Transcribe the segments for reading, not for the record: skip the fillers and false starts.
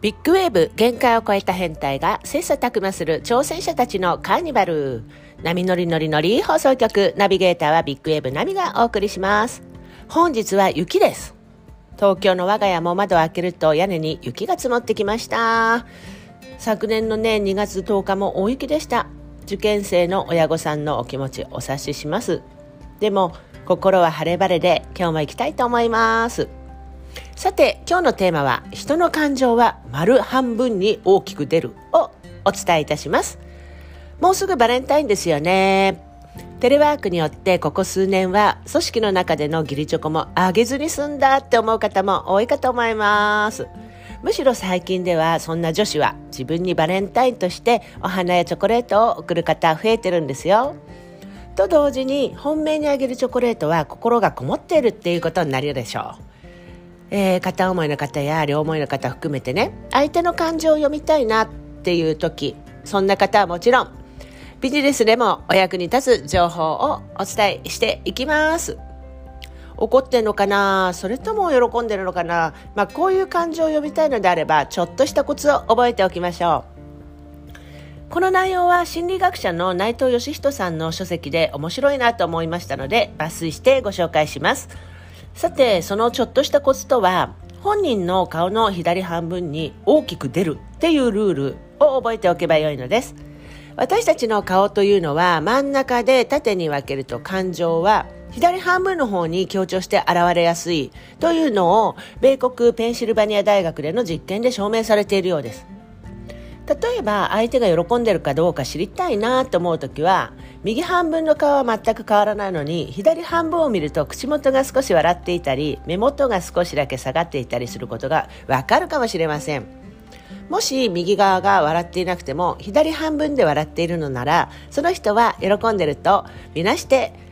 ビッグウェーブ限界を超えた変態が切磋琢磨する挑戦者たちのカーニバル。波乗り乗り乗り放送局、ナビゲーターはビッグウェーブナミがお送りします。本日は雪です。東京の我が家も窓を開けると屋根に雪が積もってきました。昨年のね2月10日も大雪でした。受験生の親御さんのお気持ちお察しします。でも心は晴れ晴れで今日も行きたいと思います。さて今日のテーマは、人の感情は丸半分に大きく出るをお伝えいたします。もうすぐバレンタインですよね。テレワークによってここ数年は組織の中での義理チョコもあげずに済んだって思う方も多いかと思います。むしろ最近ではそんな女子は自分にバレンタインとしてお花やチョコレートを贈る方増えてるんですよ。と同時に本命にあげるチョコレートは心がこもっているっていうことになるでしょう。片思いの方や両思いの方含めてね、相手の感情を読みたいなっていう時、そんな方はもちろんビジネスでもお役に立つ情報をお伝えしていきます。怒ってんのかな、それとも喜んでるのかな、こういう感情を読みたいのであればちょっとしたコツを覚えておきましょう。この内容は心理学者の内藤義人さんの書籍で面白いなと思いましたので抜粋してご紹介します。さてそのちょっとしたコツとは、本人の顔の左半分に大きく出るっていうルールを覚えておけばよいのです。私たちの顔というのは真ん中で縦に分けると感情は左半分の方に強調して現れやすいというのを米国ペンシルバニア大学での実験で証明されているようです。例えば相手が喜んでるかどうか知りたいなと思うときは、右半分の顔は全く変わらないのに左半分を見ると口元が少し笑っていたり目元が少しだけ下がっていたりすることがわかるかもしれません。もし右側が笑っていなくても左半分で笑っているのなら、その人は喜んでるとみなして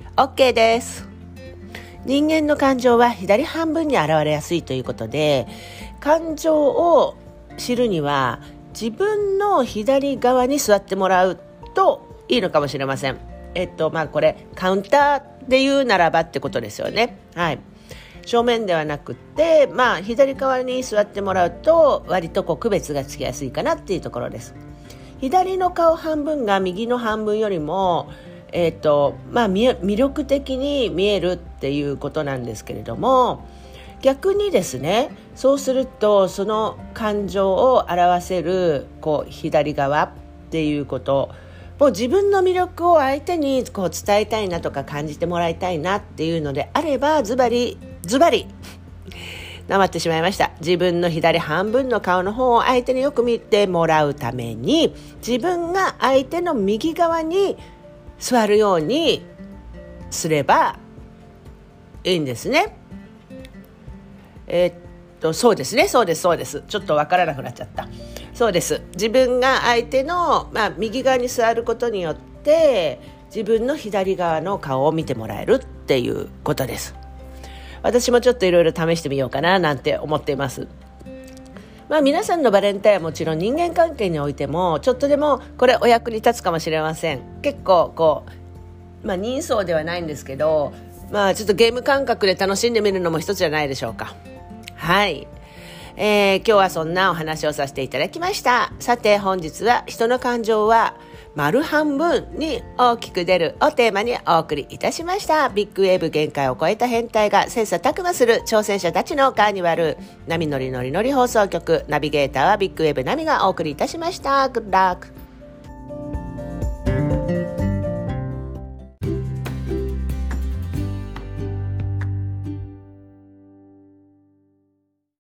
OK です。人間の感情は左半分に現れやすいということで、感情を知るには自分の左側に座ってもらうといいのかもしれません。これカウンターで言うならばってことですよね。はい。正面ではなくて、左側に座ってもらうと割と区別がつきやすいかなっていうところです。左の顔半分が右の半分よりも、魅力的に見えるっていうことなんですけれども、逆にですね、そうするとその感情を表せる左側っていうこと、もう自分の魅力を相手に伝えたいなとか感じてもらいたいなっていうのであれば、ズバリなまってしまいました。自分の左半分の顔の方を相手によく見てもらうために、自分が相手の右側に座るようにすればいいんですね。そうですね、そうです。ちょっとわからなくなっちゃった。そうです。自分が相手の、右側に座ることによって自分の左側の顔を見てもらえるっていうことです。私もちょっといろいろ試してみようかななんて思っています。皆さんのバレンタインはもちろん人間関係においてもちょっとでもこれお役に立つかもしれません。結構人相ではないんですけど、ちょっとゲーム感覚で楽しんでみるのも一つじゃないでしょうか。はい、今日はそんなお話をさせていただきました。さて本日は人の感情は丸半分に大きく出るをテーマにお送りいたしました。ビッグウェーブ限界を超えた変態が切磋琢磨する挑戦者たちのカーニバル。波乗り乗り乗り放送局、ナビゲーターはビッグウェーブナミがお送りいたしました。グッドラック。